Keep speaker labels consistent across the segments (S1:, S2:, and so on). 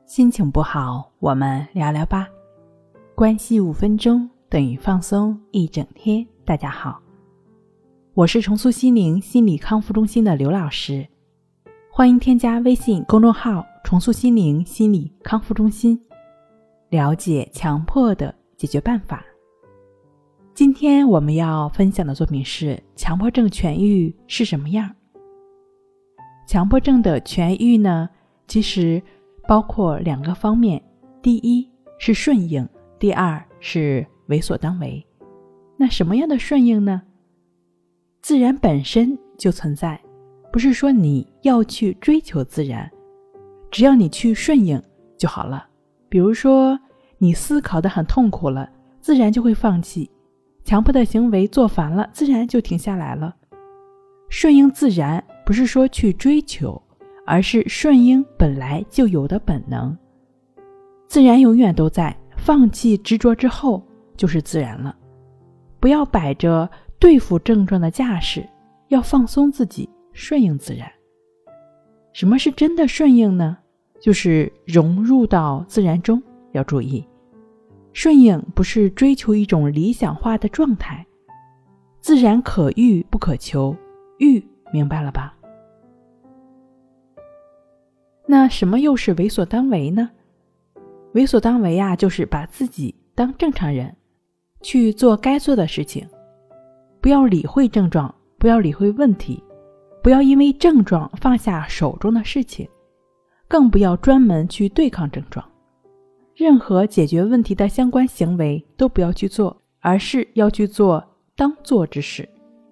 S1: 心情不好，我们聊聊吧。关系5分钟等于放松1整天。大家好，我是重塑心灵心理康复中心的刘老师，欢迎添加微信公众号重塑心灵心理康复中心，了解强迫的解决办法。今天我们要分享的作品是强迫症痊愈是什么样。强迫症的痊愈呢，其实包括2个方面，第一是顺应，第二是为所当为。那什么样的顺应呢？自然本身就存在，不是说你要去追求自然，只要你去顺应就好了。比如说你思考得很痛苦了，自然就会放弃，强迫的行为做烦了，自然就停下来了。顺应自然不是说去追求，而是顺应本来就有的本能。自然永远都在，放弃执着之后就是自然了。不要摆着对付症状的架势，要放松自己，顺应自然。什么是真的顺应呢？就是融入到自然中。要注意，顺应不是追求一种理想化的状态，自然可遇不可求，遇明白了吧？那什么又是为所当为呢？为所当为就是把自己当正常人，去做该做的事情，不要理会症状，不要理会问题，不要因为症状放下手中的事情，更不要专门去对抗症状。任何解决问题的相关行为都不要去做，而是要去做当做之事。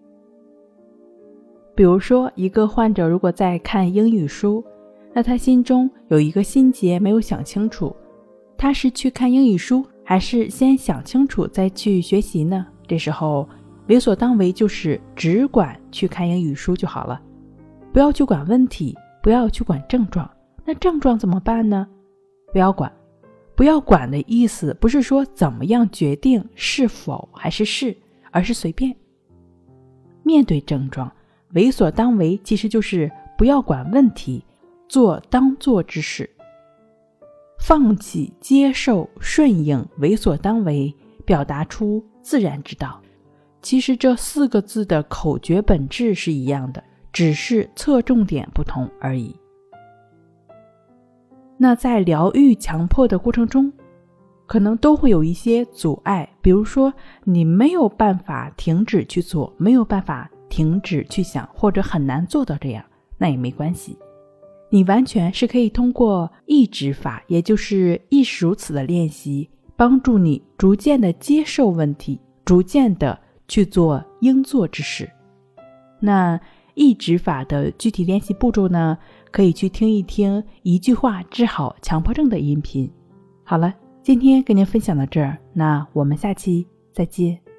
S1: 比如说一个患者如果在看英语书，那他心中有一个心结没有想清楚，他是去看英语书还是先想清楚再去学习呢？这时候为所当为就是只管去看英语书就好了，不要去管问题，不要去管症状。那症状怎么办呢？不要管。不要管的意思不是说怎么样决定是否还是是，而是随便。面对症状，为所当为其实就是不要管问题，做当做之事。放弃、接受、顺应、为所当为，表达出自然之道。其实这4个字的口诀本质是一样的，只是侧重点不同而已。那在疗愈强迫的过程中，可能都会有一些阻碍，比如说你没有办法停止去做，没有办法停止去想，或者很难做到这样，那也没关系。你完全是可以通过意指法，也就是亦是如此的练习，帮助你逐渐的接受问题，逐渐的去做应做之事。那意指法的具体练习步骤呢，可以去听一听一句话治好强迫症的音频。好了，今天跟您分享到这儿，那我们下期再见。